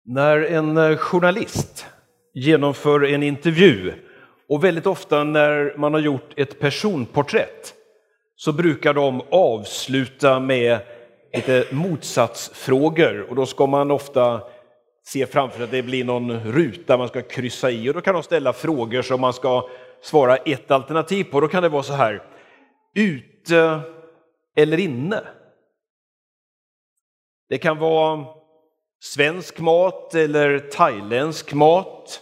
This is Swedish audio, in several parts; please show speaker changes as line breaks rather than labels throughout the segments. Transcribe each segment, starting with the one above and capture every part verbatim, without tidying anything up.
När en journalist genomför en intervju, och väldigt ofta när man har gjort ett personporträtt, så brukar de avsluta med lite motsatsfrågor. Och då ska man ofta se framför sig att det blir någon ruta man ska kryssa i. Och då kan de ställa frågor som man ska svara ett alternativ på. Då kan det vara så här: ute eller inne? Det kan vara svensk mat eller thailändsk mat.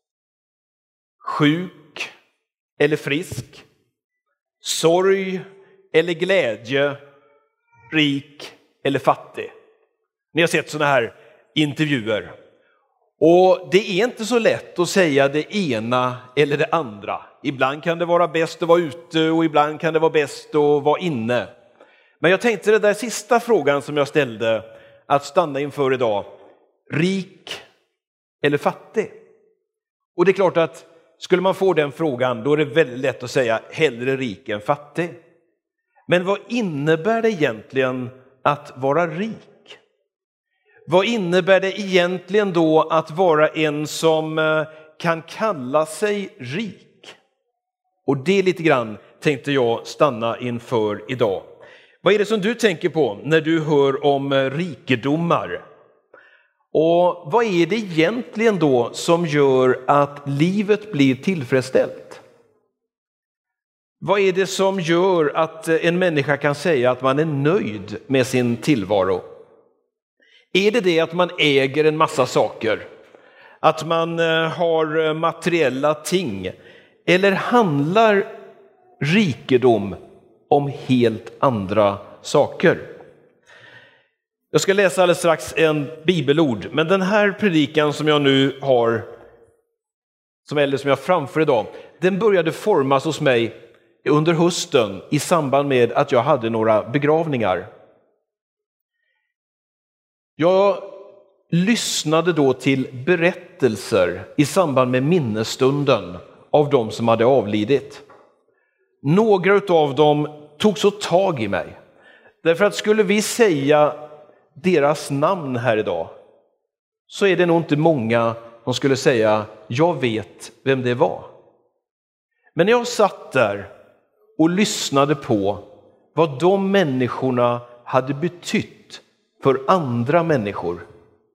Sjuk eller frisk. Sorg eller glädje. Rik eller fattig. Ni har sett såna här intervjuer. Och det är inte så lätt att säga det ena eller det andra. Ibland kan det vara bäst att vara ute och ibland kan det vara bäst att vara inne. Men jag tänkte det där sista frågan som jag ställde att stanna inför idag. Rik eller fattig? Och det är klart att skulle man få den frågan, då är det väldigt lätt att säga hellre rik än fattig. Men vad innebär det egentligen att vara rik? Vad innebär det egentligen då att vara en som kan kalla sig rik? Och det lite grann tänkte jag stanna inför idag. Vad är det som du tänker på när du hör om rikedomar? Och vad är det egentligen då som gör att livet blir tillfredsställt? Vad är det som gör att en människa kan säga att man är nöjd med sin tillvaro? Är det det att man äger en massa saker? Att man har materiella ting? Eller handlar rikedom om helt andra saker? Jag ska läsa alldeles strax en bibelord, men den här predikan som jag nu har, som eller som jag framför idag, den började formas hos mig under hösten i samband med att jag hade några begravningar. Jag lyssnade då till berättelser i samband med minnesstunden av de som hade avlidit. Några av dem tog så tag i mig. Därför att skulle vi säga deras namn här idag, så är det nog inte många som skulle säga jag vet vem det var. Men jag satt där och lyssnade på vad de människorna hade betytt för andra människor,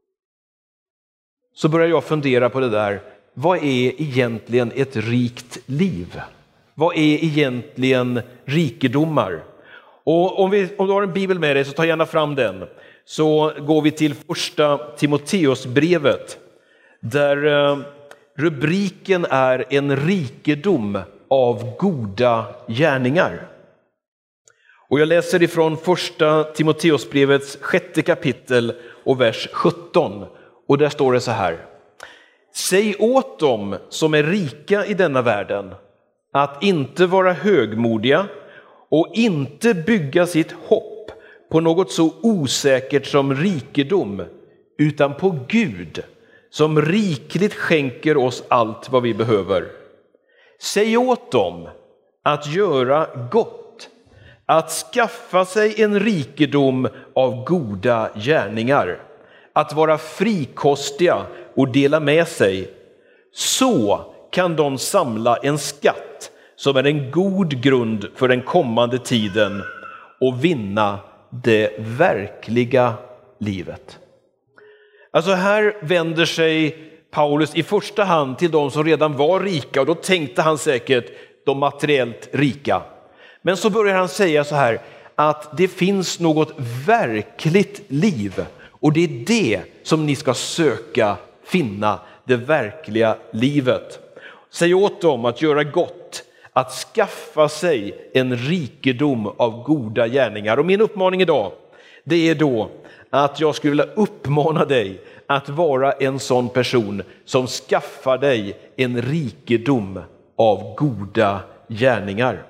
så började jag fundera på det där. Vad är egentligen ett rikt liv? Vad är egentligen rikedomar? Och om, vi, om du har en bibel med dig så ta gärna fram den. Så går vi till första Timoteusbrevet, där eh, rubriken är en rikedom av goda gärningar. Och jag läser ifrån första Timoteusbrevets sjätte kapitel och vers sjutton. Och där står det så här: säg åt dem som är rika i denna världen att inte vara högmodiga och inte bygga sitt hopp på något så osäkert som rikedom, utan på Gud som rikligt skänker oss allt vad vi behöver. Säg åt dem att göra gott, att skaffa sig en rikedom av goda gärningar, att vara frikostiga och dela med sig. Så kan de samla en skatt som är en god grund för den kommande tiden och vinna det verkliga livet. Alltså här vänder sig Paulus i första hand till de som redan var rika, och då tänkte han säkert de materiellt rika. Men så börjar han säga så här, att det finns något verkligt liv, och det är det som ni ska söka finna, det verkliga livet. Säg åt dem att göra gott, att skaffa sig en rikedom av goda gärningar. Och min uppmaning idag, det är då att jag skulle vilja uppmana dig att vara en sån person som skaffar dig en rikedom av goda gärningar.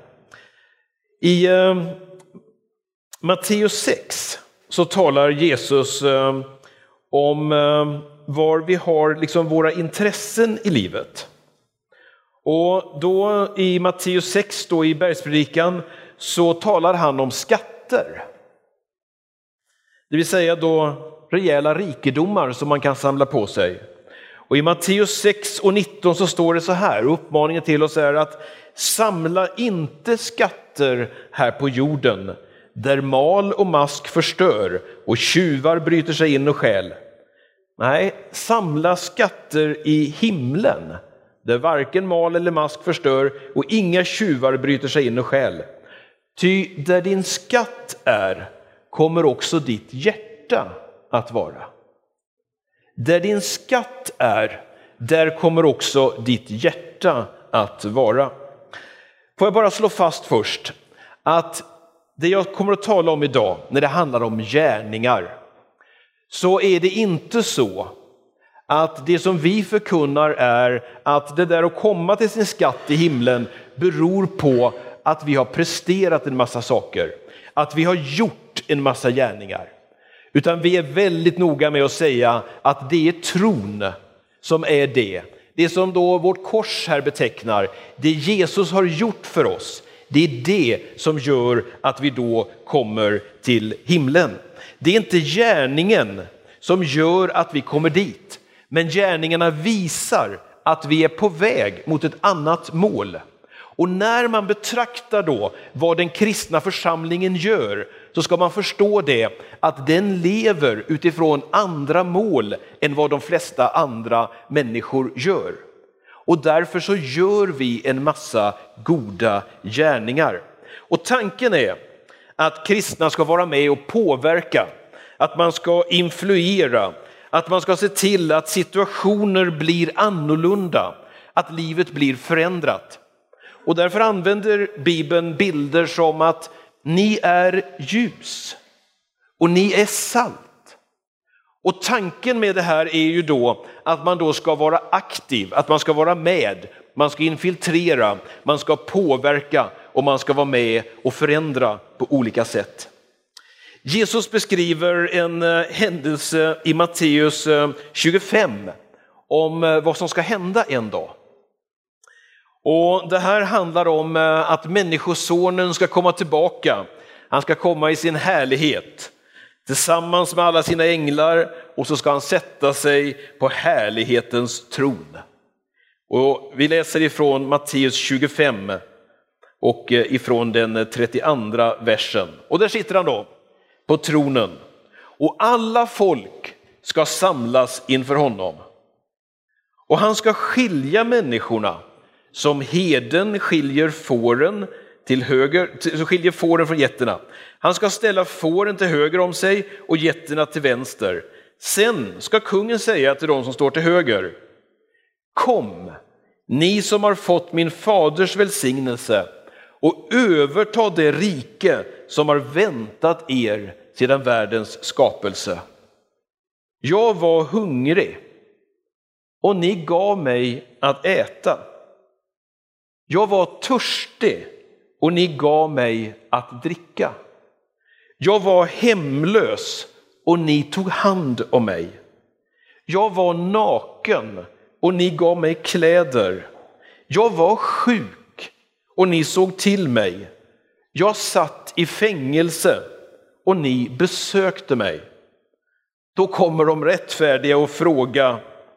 I eh, Matteus sex så talar Jesus eh, om eh, var vi har liksom våra intressen i livet. Och då i Matteus sex, då i bergspredikan, så talar han om skatter. Det vill säga då rejäla rikedomar som man kan samla på sig. Och i Matteus sex och nitton så står det så här, och uppmaningen till oss är att samla inte skatter här på jorden, där mal och mask förstör och tjuvar bryter sig in och stjäl. Nej, samla skatter i himlen, där varken mal eller mask förstör och inga tjuvar bryter sig in och stjäl. Ty där din skatt är kommer också ditt hjärta att vara. Där din skatt är, där kommer också ditt hjärta att vara. Får jag bara slå fast först att det jag kommer att tala om idag, när det handlar om gärningar, så är det inte så att det som vi förkunnar är att det där att komma till sin skatt i himlen beror på att vi har presterat en massa saker, att vi har gjort en massa gärningar. Utan vi är väldigt noga med att säga att det är tron som är det. Det som då vårt kors här betecknar, det Jesus har gjort för oss, det är det som gör att vi då kommer till himlen. Det är inte gärningen som gör att vi kommer dit, men gärningarna visar att vi är på väg mot ett annat mål. Och när man betraktar då vad den kristna församlingen gör, så ska man förstå det att den lever utifrån andra mål än vad de flesta andra människor gör. Och därför så gör vi en massa goda gärningar. Och tanken är att kristna ska vara med och påverka, att man ska influera, att man ska se till att situationer blir annorlunda, att livet blir förändrat. Och därför använder Bibeln bilder som att ni är ljus och ni är salt. Och tanken med det här är ju då att man då ska vara aktiv, att man ska vara med, man ska infiltrera, man ska påverka och man ska vara med och förändra på olika sätt. Jesus beskriver en händelse i Matteus tjugofem om vad som ska hända en dag. Och det här handlar om att människosonen ska komma tillbaka. Han ska komma i sin härlighet tillsammans med alla sina änglar, och så ska han sätta sig på härlighetens tron. Och vi läser ifrån Matteus tjugofem och ifrån den trettioandra versen. Och där sitter han då på tronen, och alla folk ska samlas inför honom. Och han ska skilja människorna som heden skiljer fåren till höger, så skiljer fåren från getterna. Han ska ställa fåren till höger om sig och getterna till vänster. Sen ska kungen säga till de som står till höger: kom, ni som har fått min faders välsignelse, och överta det rike som har väntat er sedan världens skapelse. Jag var hungrig och ni gav mig att äta. Jag var törstig och ni gav mig att dricka. Jag var hemlös och ni tog hand om mig. Jag var naken och ni gav mig kläder. Jag var sjuk och ni såg till mig. Jag satt i fängelse och ni besökte mig. Då kommer de rättfärdiga och fråga: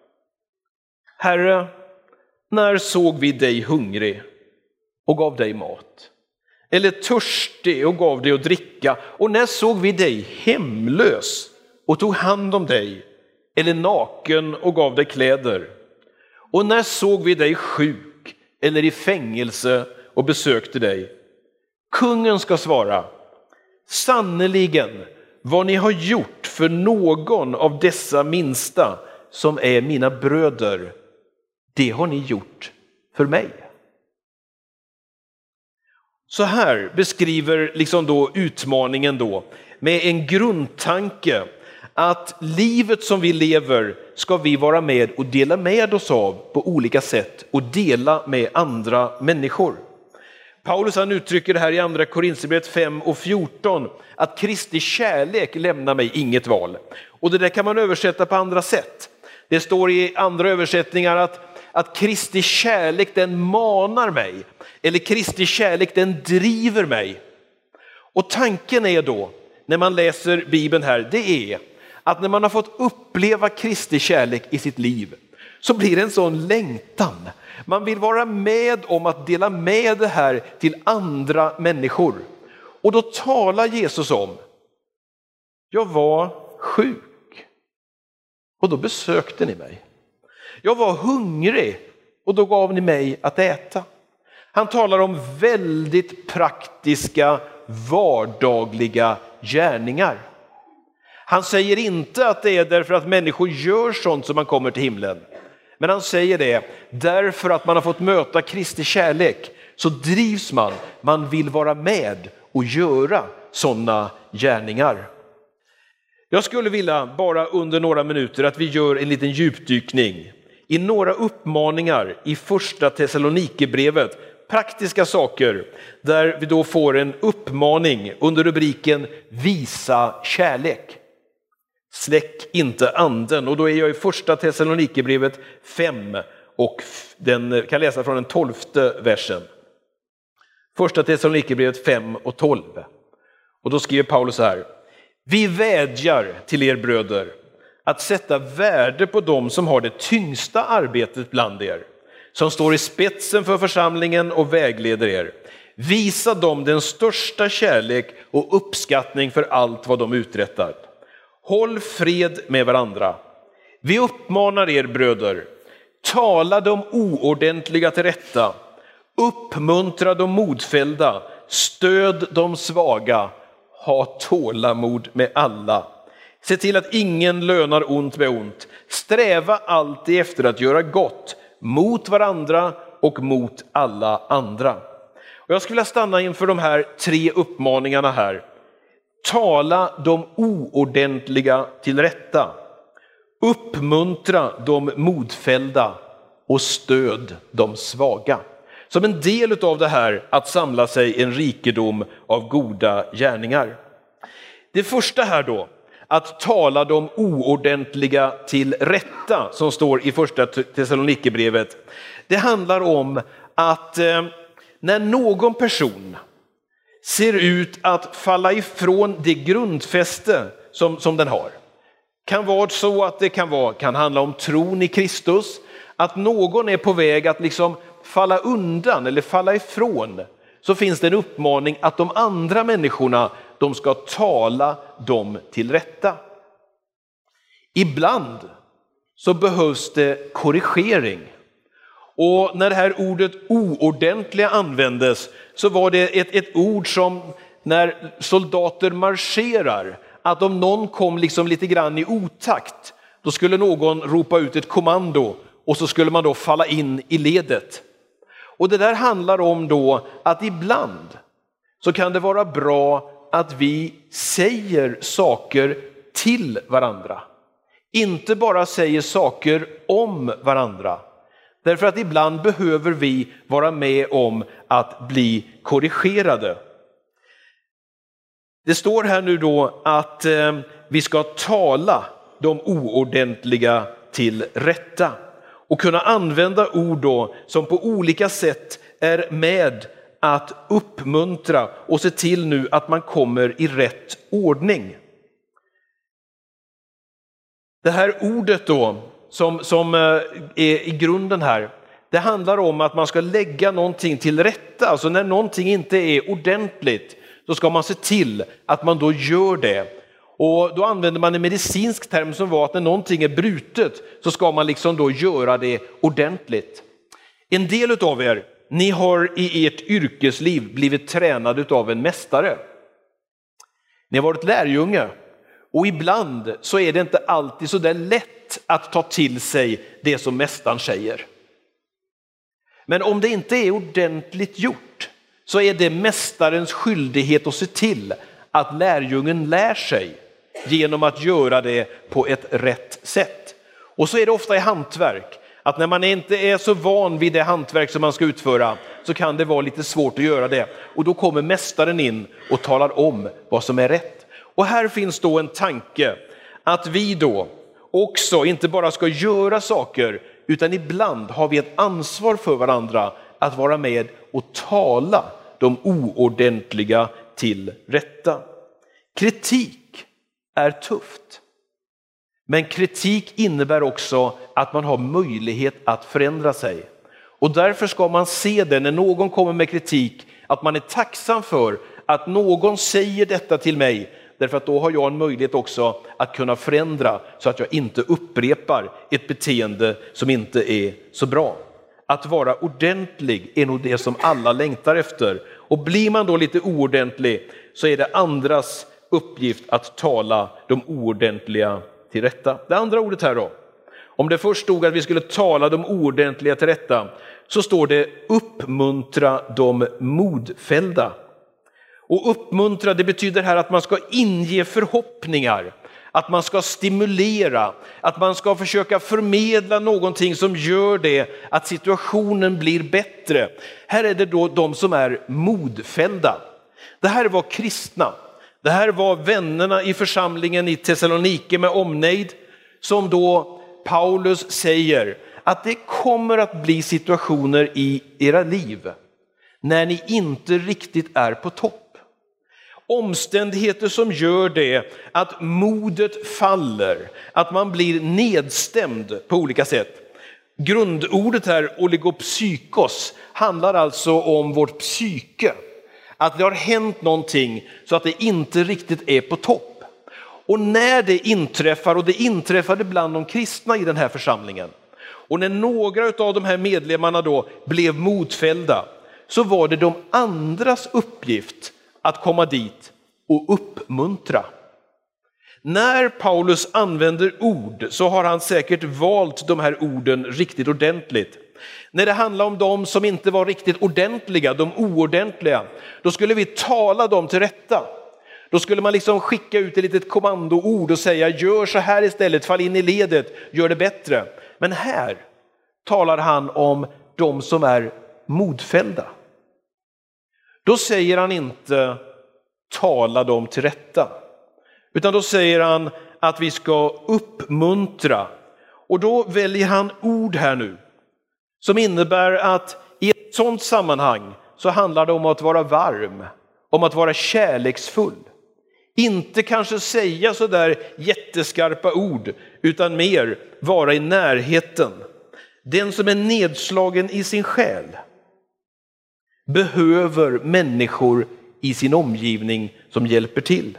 Herre, när såg vi dig hungrig och gav dig mat? Eller törstig och gav dig att dricka? Och när såg vi dig hemlös och tog hand om dig? Eller naken och gav dig kläder? Och när såg vi dig sjuk eller i fängelse och besökte dig? Kungen ska svara: sannoliken, vad ni har gjort för någon av dessa minsta som är mina bröder, det har ni gjort för mig. Så här beskriver liksom då utmaningen då med en grundtanke att livet som vi lever ska vi vara med och dela med oss av på olika sätt och dela med andra människor. Paulus han uttrycker det här i andra Korinthierbrevet fem och fjorton, att Kristi kärlek lämnar mig inget val. Och det där kan man översätta på andra sätt. Det står i andra översättningar att, att Kristi kärlek den manar mig, eller Kristi kärlek den driver mig. Och tanken är då, när man läser Bibeln här, det är att när man har fått uppleva Kristi kärlek i sitt liv så blir det en sån längtan. Man vill vara med om att dela med det här till andra människor. Och då talar Jesus om: jag var sjuk och då besökte ni mig. Jag var hungrig och då gav ni mig att äta. Han talar om väldigt praktiska, vardagliga gärningar. Han säger inte att det är därför att människor gör sånt som man kommer till himlen. Men han säger det därför att man har fått möta Kristi kärlek, så drivs man. Man vill vara med och göra sådana gärningar. Jag skulle vilja bara under några minuter att vi gör en liten djupdykning i några uppmaningar i första Thessalonikerbrevet. Praktiska saker där vi då får en uppmaning under rubriken visa kärlek. Släck inte anden. Och då är jag i första Thessalonikerbrevet fem och den kan läsa från den tolfte versen. Första Thessalonikerbrevet fem och tolv. Och då skriver Paulus så här: vi vädjar till er bröder att sätta värde på dem som har det tyngsta arbetet bland er, som står i spetsen för församlingen och vägleder er. Visa dem den största kärlek och uppskattning för allt vad de uträttar. Håll fred med varandra. Vi uppmanar er bröder, tala de oordentliga till rätta, uppmuntra de modfällda, stöd de svaga, ha tålamod med alla. Se till att ingen lönar ont med ont. Sträva alltid efter att göra gott mot varandra och mot alla andra. Och jag skulle vilja stanna inför de här tre uppmaningarna här. Tala de oordentliga till rätta. Uppmuntra de modfällda och stöd de svaga. Som en del av det här att samla sig en rikedom av goda gärningar. Det första här då, att tala de oordentliga till rätta, som står i första Thessalonikerbrevet. Det handlar om att eh, när någon person ser ut att falla ifrån det grundfäste som, som den har. Kan vara så att det kan, vara, kan handla om tron i Kristus. Att någon är på väg att liksom falla undan eller falla ifrån. Så finns det en uppmaning att de andra människorna, de ska tala dem till rätta. Ibland så behövs det korrigering. Och när det här ordet oordentliga användes så var det ett, ett ord som när soldater marscherar, att om någon kom liksom lite grann i otakt, då skulle någon ropa ut ett kommando och så skulle man då falla in i ledet. Och det där handlar om då att ibland så kan det vara bra att vi säger saker till varandra. Inte bara säger saker om varandra. Därför att ibland behöver vi vara med om att bli korrigerade. Det står här nu då att eh, vi ska tala de oordentliga till rätta. Och kunna använda ord då som på olika sätt är med att uppmuntra och se till nu att man kommer i rätt ordning. Det här ordet då som, som är i grunden här, det handlar om att man ska lägga någonting till rätta. Alltså när någonting inte är ordentligt, då ska man se till att man då gör det. Och då använder man en medicinsk term som var att när någonting är brutet så ska man liksom då göra det ordentligt. En del av er, ni har i ert yrkesliv blivit tränade av en mästare. Ni har varit lärjunge och ibland så är det inte alltid så där lätt att ta till sig det som mästaren säger. Men om det inte är ordentligt gjort så är det mästarens skyldighet att se till att lärjungen lär sig genom att göra det på ett rätt sätt. Och så är det ofta i hantverk. Att när man inte är så van vid det hantverk som man ska utföra så kan det vara lite svårt att göra det. Och då kommer mästaren in och talar om vad som är rätt. Och här finns då en tanke att vi då också inte bara ska göra saker utan ibland har vi ett ansvar för varandra att vara med och tala de oordentliga till rätta. Kritik är tufft. Men kritik innebär också att man har möjlighet att förändra sig. Och därför ska man se det när någon kommer med kritik, att man är tacksam för att någon säger detta till mig. Därför att då har jag en möjlighet också att kunna förändra så att jag inte upprepar ett beteende som inte är så bra. Att vara ordentlig är nog det som alla längtar efter. Och blir man då lite oordentlig så är det andras uppgift att tala de oordentliga till rätta. Det andra ordet här då. Om det först stod att vi skulle tala de oordentliga till rätta, så står det uppmuntra de modfällda. Och uppmuntra, det betyder här att man ska inge förhoppningar, att man ska stimulera, att man ska försöka förmedla någonting som gör det att situationen blir bättre. Här är det då de som är modfällda. Det här var kristna. Det här var vännerna i församlingen i Thessalonike med omnejd, som då Paulus säger att det kommer att bli situationer i era liv när ni inte riktigt är på topp. Omständigheter som gör det att modet faller, att man blir nedstämd på olika sätt. Grundordet här, oligopsykos, handlar alltså om vårt psyke. Att det har hänt någonting så att det inte riktigt är på topp. Och när det inträffar, och det inträffade bland de kristna i den här församlingen, och när några av de här medlemmarna då blev modfällda, så var det de andras uppgift att komma dit och uppmuntra. När Paulus använder ord så har han säkert valt de här orden riktigt ordentligt. När det handlar om de som inte var riktigt ordentliga, de oordentliga, då skulle vi tala dem till rätta. Då skulle man liksom skicka ut ett litet kommandoord och säga gör så här istället, fall in i ledet, gör det bättre. Men här talar han om de som är modfällda. Då säger han inte tala dem till rätta, utan då säger han att vi ska uppmuntra. Och då väljer han ord här nu som innebär att i ett sådant sammanhang så handlar det om att vara varm, om att vara kärleksfull. Inte kanske säga så där jätteskarpa ord, utan mer vara i närheten. Den som är nedslagen i sin själ behöver människor i sin omgivning som hjälper till.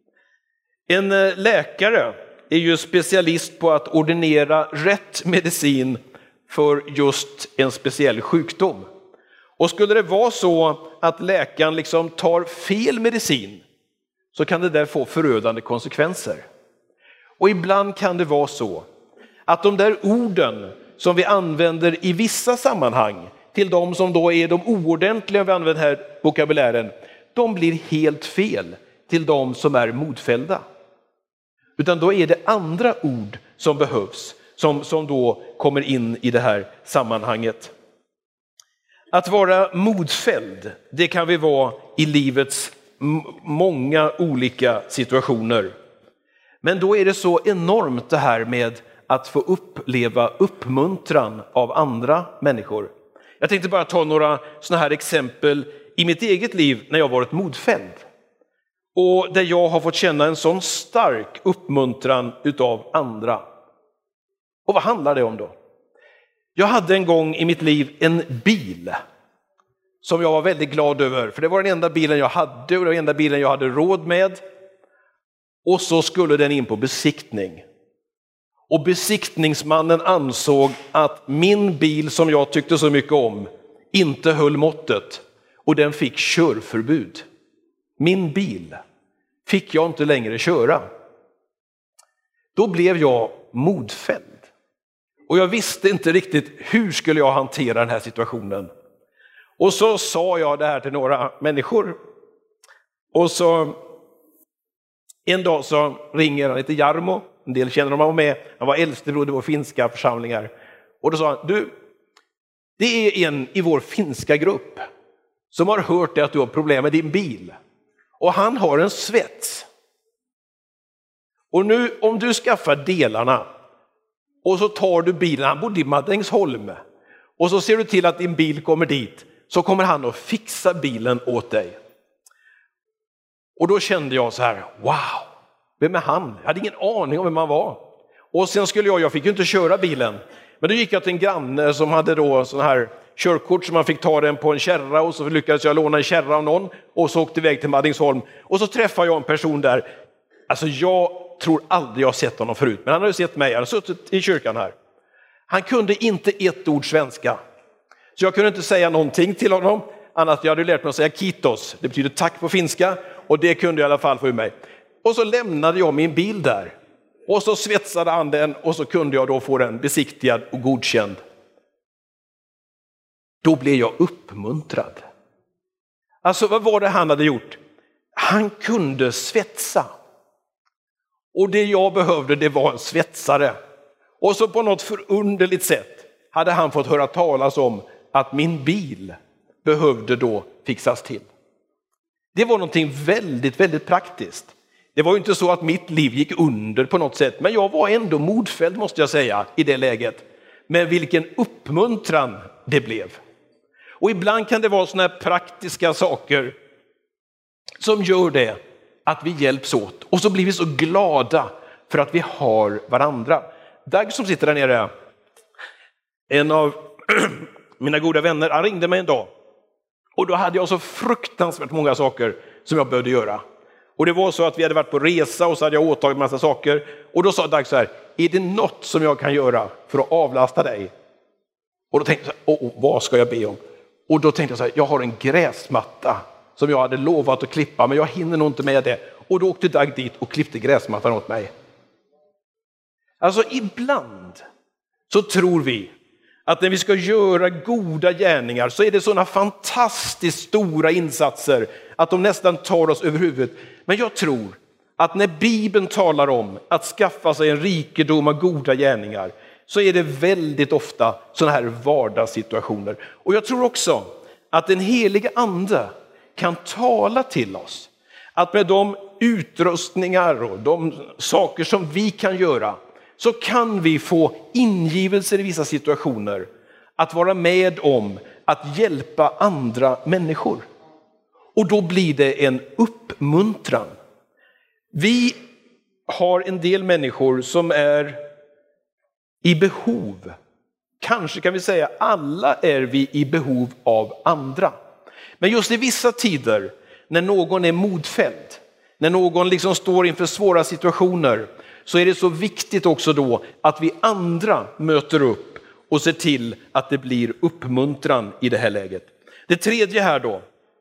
En läkare är ju specialist på att ordinera rätt medicin för just en speciell sjukdom. Och skulle det vara så att läkaren liksom tar fel medicin, så kan det där få förödande konsekvenser. Och ibland kan det vara så att de där orden som vi använder i vissa sammanhang till de som då är de oordentliga, vi använder här vokabulären, de blir helt fel till de som är modfällda. Utan då är det andra ord som behövs, som, som då kommer in i det här sammanhanget. Att vara modfälld, det kan vi vara i livets m- många olika situationer. Men då är det så enormt det här med att få uppleva uppmuntran av andra människor. Jag tänkte bara ta några sådana här exempel i mitt eget liv när jag varit modfälld. Och där jag har fått känna en sån stark uppmuntran utav andra. Och vad handlar det om då? Jag hade en gång i mitt liv en bil som jag var väldigt glad över. För det var den enda bilen jag hade och den enda bilen jag hade råd med. Och så skulle den in på besiktning. Och besiktningsmannen ansåg att min bil som jag tyckte så mycket om inte höll måttet. Och den fick körförbud. Min bil fick jag inte längre köra. Då blev jag modfälld. Och jag visste inte riktigt hur skulle jag hantera den här situationen. Och så sa jag det här till några människor. Och så en dag så ringer han, heter Jarmo. En del känner honom med. Han var äldstebror i vår finska församlingar. Och då sa han, du, det är en i vår finska grupp som har hört det att du har problem med din bil. Och han har en svets. Och nu om du skaffar delarna och så tar du bilen, han bodde i Madängsholm, och så ser du till att din bil kommer dit, så kommer han att fixa bilen åt dig. Och då kände jag så här, wow, vem är han? Jag hade ingen aning om vem han var. Och sen skulle jag, jag fick ju inte köra bilen. Men då gick jag till en granne som hade då sån här körkort som man fick ta den på en kärra, och så lyckades jag låna en kärra av någon och så åkte iväg till Maddingsholm. Och så träffade jag en person där. Alltså jag tror aldrig jag har sett honom förut, men han har ju sett mig. Han har suttit i kyrkan här. Han kunde inte ett ord svenska. Så jag kunde inte säga någonting till honom annat jag hade lärt mig att säga kitos. Det betyder tack på finska, och det kunde jag i alla fall få ur mig. Och så lämnade jag min bil där. Och så svetsade han den, och så kunde jag då få den besiktigad och godkänd. Då blev jag uppmuntrad. Alltså vad var det han hade gjort? Han kunde svetsa. Och det jag behövde, det var en svetsare. Och så på något förunderligt sätt hade han fått höra talas om att min bil behövde då fixas till. Det var någonting väldigt, väldigt praktiskt. Det var ju inte så att mitt liv gick under på något sätt, men jag var ändå modfälld måste jag säga i det läget. Men vilken uppmuntran det blev. Och ibland kan det vara såna här praktiska saker som gör det att vi hjälps åt. Och så blir vi så glada för att vi har varandra. Dag som sitter där nere, en av mina goda vänner, han ringde mig en dag. Och då hade jag så fruktansvärt många saker som jag behövde göra. Och det var så att vi hade varit på resa och så hade jag åtagit massa saker. Och då sa Dag så här, är det något som jag kan göra för att avlasta dig? Och då tänkte jag, åh, vad ska jag be om? Och då tänkte jag så här, jag har en gräsmatta som jag hade lovat att klippa, men jag hinner nog inte med det. Och då åkte Dag dit och klippte gräsmattan åt mig. Alltså ibland så tror vi att när vi ska göra goda gärningar så är det sådana fantastiskt stora insatser att de nästan tar oss över huvudet. Men jag tror att när Bibeln talar om att skaffa sig en rikedom av goda gärningar så är det väldigt ofta sådana här vardagssituationer. Och jag tror också att den heliga ande kan tala till oss. Att med de utrustningar och de saker som vi kan göra så kan vi få ingivelser i vissa situationer att vara med om att hjälpa andra människor. Och då blir det en uppmuntran. Vi har en del människor som är i behov. Kanske kan vi säga alla är vi i behov av andra. Men just i vissa tider när någon är modfälld, när någon liksom står inför svåra situationer, så är det så viktigt också då att vi andra möter upp och ser till att det blir uppmuntran i det här läget. Det tredje här då,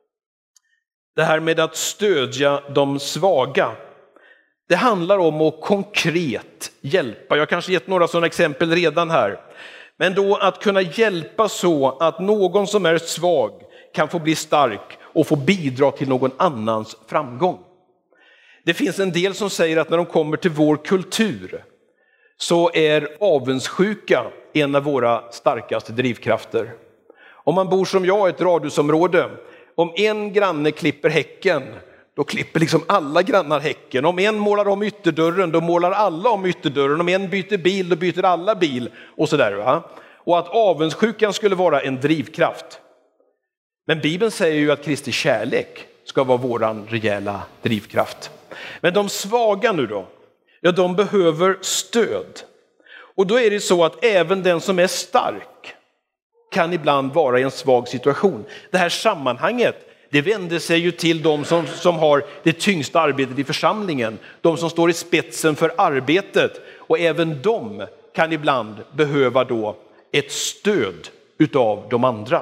det här med att stödja de svaga. Det handlar om att konkret hjälpa. Jag har kanske gett några sådana exempel redan här. Men då att kunna hjälpa så att någon som är svag kan få bli stark och få bidra till någon annans framgång. Det finns en del som säger att när de kommer till vår kultur så är avundsjuka en av våra starkaste drivkrafter. Om man bor som jag i ett radhusområde, om en granne klipper häcken, då klipper liksom alla grannar häcken. Om en målar om ytterdörren, då målar alla om ytterdörren. Om en byter bil, då byter alla bil och sådär, va? Och att avundsjukan skulle vara en drivkraft. Men Bibeln säger ju att Kristi kärlek ska vara våran rejäla drivkraft. Men de svaga nu då, ja, de behöver stöd. Och då är det så att även den som är stark kan ibland vara i en svag situation. Det här sammanhanget, det vänder sig ju till de som, som har det tyngsta arbetet i församlingen. De som står i spetsen för arbetet. Och även de kan ibland behöva då ett stöd utav de andra.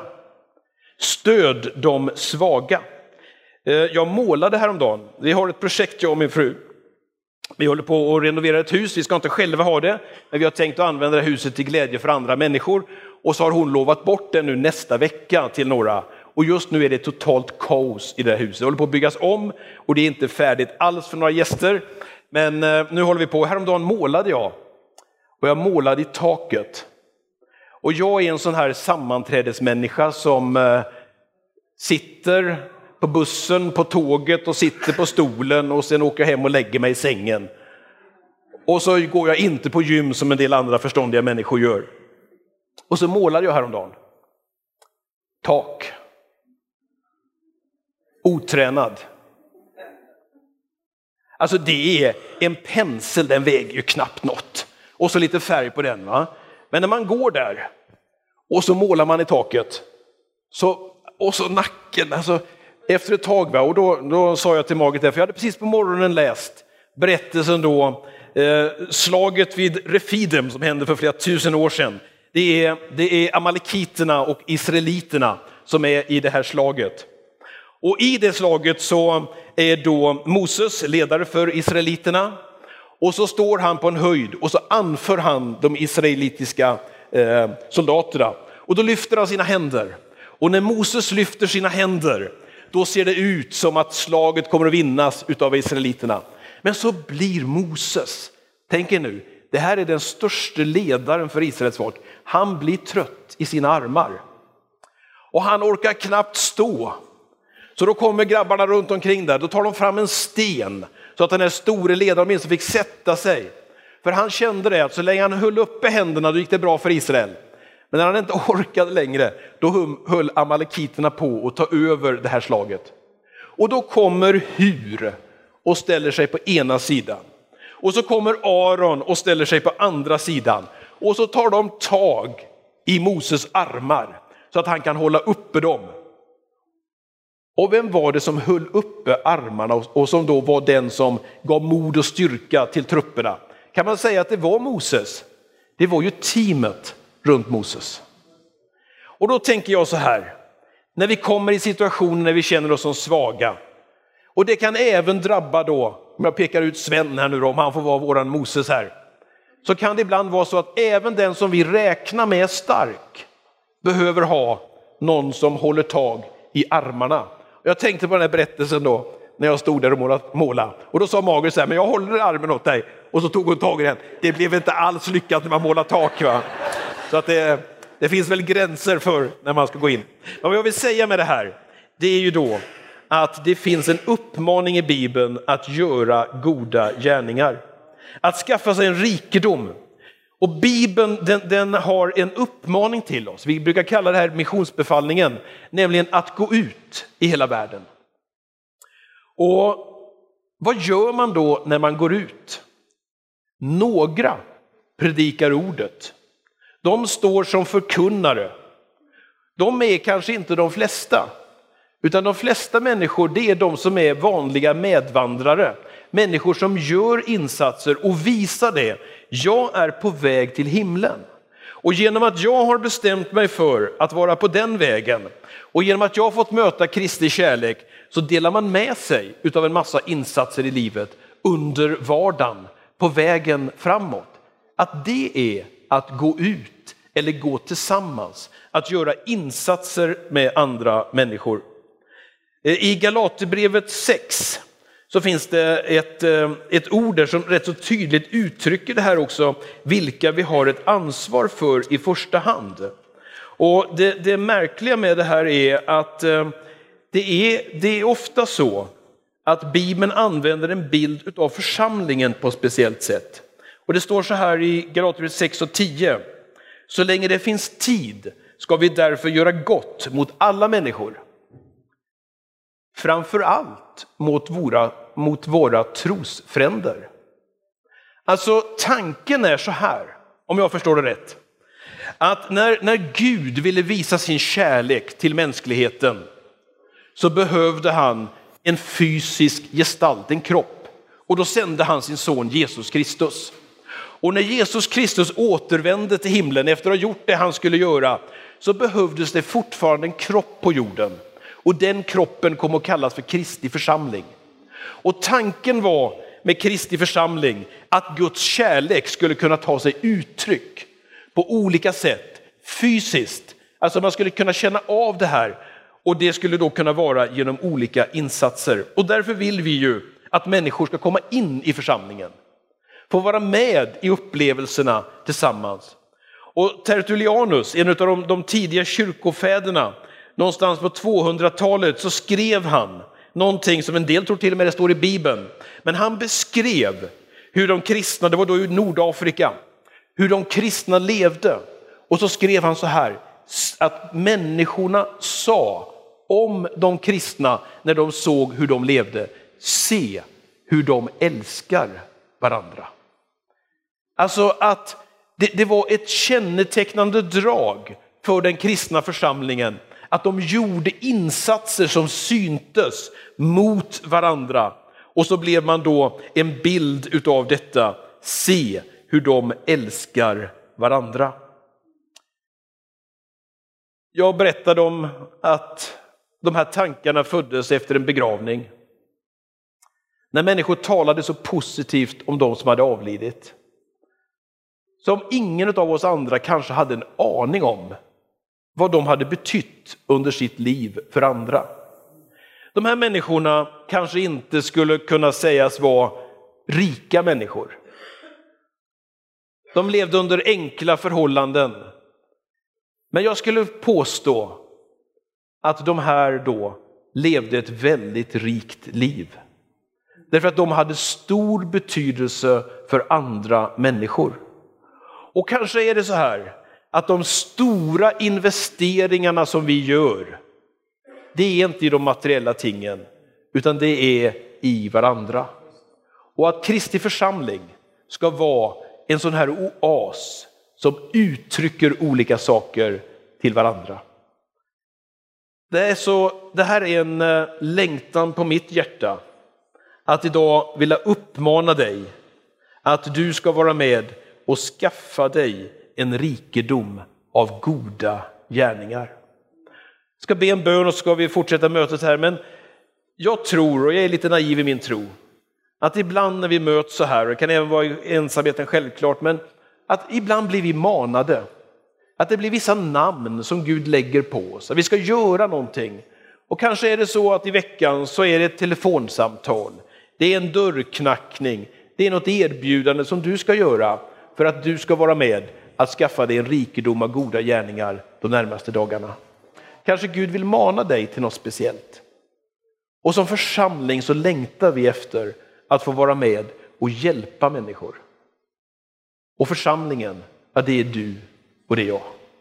Stöd de svaga. Jag målade häromdagen. Vi har ett projekt, jag och min fru. Vi håller på att renovera ett hus. Vi ska inte själva ha det. Men vi har tänkt att använda det huset till glädje för andra människor. Och så har hon lovat bort det nu nästa vecka till några. Och just nu är det totalt kaos i det här huset. Det håller på att byggas om. Och det är inte färdigt alls för några gäster. Men nu håller vi på. Häromdagen målade jag. Och jag målade i taket. Och jag är en sån här sammanträdesmänniska som eh, sitter på bussen, på tåget och sitter på stolen och sen åker jag hem och lägger mig i sängen. Och så går jag inte på gym som en del andra förståndiga människor gör. Och så målade jag häromdagen. Tak. Otränad. Alltså det är en pensel, den väger ju knappt något. och så lite färg på den. Va? Men när man går där och så målar man i taket så, och så nacken, alltså efter ett tag, va? Och då, då sa jag till Margit där, för jag hade precis på morgonen läst berättelsen då, eh, slaget vid Refidim som hände för flera tusen år sedan. Det är, det är amalekiterna och israeliterna som är i det här slaget. Och i det slaget så är då Moses ledare för israeliterna. Och så står han på en höjd och så anför han de israelitiska eh, soldaterna. Och då lyfter han sina händer. Och när Moses lyfter sina händer, då ser det ut som att slaget kommer att vinnas utav israeliterna. Men så blir Moses, tänk er nu, det här är den största ledaren för Israels folk. Han blir trött i sina armar. Och han orkar knappt stå. Så då kommer grabbarna runt omkring där, då tar de fram en sten. Så att den här store ledaren minst fick sätta sig. För han kände det att så länge han höll uppe händerna då gick det bra för Israel. Men när han inte orkade längre, då höll amalekiterna på att ta över det här slaget. Och då kommer Hur och ställer sig på ena sidan. Och så kommer Aron och ställer sig på andra sidan. Och så tar de tag i Moses armar så att han kan hålla uppe dem. Och vem var det som höll uppe armarna och som då var den som gav mod och styrka till trupperna? Kan man säga att det var Moses? Det var ju teamet runt Moses. Och då tänker jag så här, när vi kommer i situationer när vi känner oss som svaga, och det kan även drabba då, om jag pekar ut Sven här nu då, om han får vara våran Moses här, så kan det ibland vara så att även den som vi räknar med stark behöver ha någon som håller tag i armarna. Jag tänkte på den här berättelsen då, när jag stod där och målade. Och då sa Margit så här, men jag håller armen åt dig. Och så tog hon tag i den. Det blev inte alls lyckat när man målar tak, va? Så att det, det finns väl gränser för när man ska gå in. Men vad jag vill säga med det här, det är ju då att det finns en uppmaning i Bibeln att göra goda gärningar. Att skaffa sig en rikedom. Och Bibeln den, den har en uppmaning till oss. Vi brukar kalla det här missionsbefallningen. Nämligen att gå ut i hela världen. Och vad gör man då när man går ut? Några predikar ordet. De står som förkunnare. De är kanske inte de flesta. Utan de flesta människor, det är de som är vanliga medvandrare. Människor som gör insatser och visar det. Jag är på väg till himlen. Och genom att jag har bestämt mig för att vara på den vägen och genom att jag har fått möta Kristi kärlek, så delar man med sig utav en massa insatser i livet under vardagen på vägen framåt. Att det är att gå ut eller gå tillsammans. Att göra insatser med andra människor. I Galaterbrevet sex så finns det ett, ett ord där som rätt så tydligt uttrycker det här också, vilka vi har ett ansvar för i första hand. Och det, det märkliga med det här är att det är, det är ofta så att Bibeln använder en bild av församlingen på ett speciellt sätt. Och det står så här i Galaterbrevet sex och tio. Så länge det finns tid ska vi därför göra gott mot alla människor. Framför allt mot våra, mot våra trosfränder. Alltså tanken är så här, om jag förstår det rätt. Att när, när Gud ville visa sin kärlek till mänskligheten så behövde han en fysisk gestalt, en kropp. Och då sände han sin son Jesus Kristus. Och när Jesus Kristus återvände till himlen efter att ha gjort det han skulle göra, så behövdes det fortfarande en kropp på jorden. Och den kroppen kom att kallas för Kristi församling. Och tanken var med Kristi församling att Guds kärlek skulle kunna ta sig uttryck på olika sätt, fysiskt. Alltså man skulle kunna känna av det här, och det skulle då kunna vara genom olika insatser. Och därför vill vi ju att människor ska komma in i församlingen. Få vara med i upplevelserna tillsammans. Och Tertullianus, en av de, de tidiga kyrkofäderna, någonstans på tvåhundratalet så skrev han någonting som en del tror till och med det står i Bibeln. Men han beskrev hur de kristna, det var då i Nordafrika, hur de kristna levde. Och så skrev han så här, att människorna sa om de kristna när de såg hur de levde: se hur de älskar varandra. Alltså att det, det var ett kännetecknande drag för den kristna församlingen att de gjorde insatser som syntes mot varandra. Och så blev man då en bild utav detta. Se hur de älskar varandra. Jag berättade om att de här tankarna föddes efter en begravning. När människor talade så positivt om de som hade avlidit. Som ingen av oss andra kanske hade en aning om vad de hade betytt under sitt liv för andra. De här människorna kanske inte skulle kunna sägas vara rika människor. De levde under enkla förhållanden. Men jag skulle påstå att de här då levde ett väldigt rikt liv. Därför att de hade stor betydelse för andra människor. Och kanske är det så här att de stora investeringarna som vi gör, det är inte i de materiella tingen, utan det är i varandra. Och att Kristi församling ska vara en sån här oas som uttrycker olika saker till varandra. Det, är så, det här är en längtan på mitt hjärta att idag vilja uppmana dig att du ska vara med och skaffa dig en rikedom av goda gärningar. Jag ska be en bön och så ska vi fortsätta mötet här, men jag tror, och jag är lite naiv i min tro, att ibland när vi möts så här, och det kan även vara ensamheten självklart, men att ibland blir vi manade. Att det blir vissa namn som Gud lägger på oss. Att vi ska göra någonting. Och kanske är det så att i veckan så är det ett telefonsamtal. Det är en dörrknackning. Det är något erbjudande som du ska göra för att du ska vara med att skaffa dig en rikedom av goda gärningar de närmaste dagarna. Kanske Gud vill mana dig till något speciellt. Och som församling så längtar vi efter att få vara med och hjälpa människor. Och församlingen, ja, det är du och det är jag.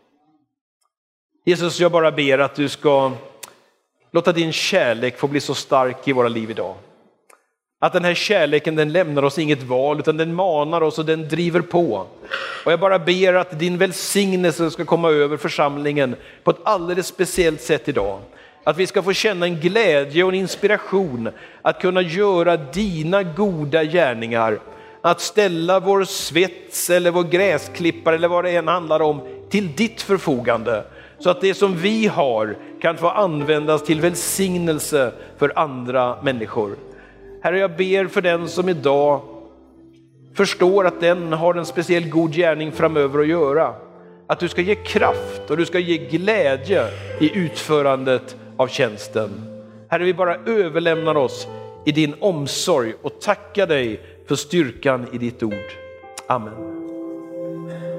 Jesus, jag bara ber att du ska låta din kärlek få bli så stark i våra liv idag. Att den här kärleken, den lämnar oss inget val, utan den manar oss och den driver på. Och jag bara ber att din välsignelse ska komma över församlingen på ett alldeles speciellt sätt idag. Att vi ska få känna en glädje och en inspiration att kunna göra dina goda gärningar. Att ställa vår svets eller vår gräsklippare eller vad det än handlar om till ditt förfogande. Så att det som vi har kan få användas till välsignelse för andra människor. Herre, jag ber för den som idag förstår att den har en speciell god gärning framöver att göra. Att du ska ge kraft och du ska ge glädje i utförandet av tjänsten. Herre, vi bara överlämnar oss i din omsorg och tackar dig för styrkan i ditt ord. Amen.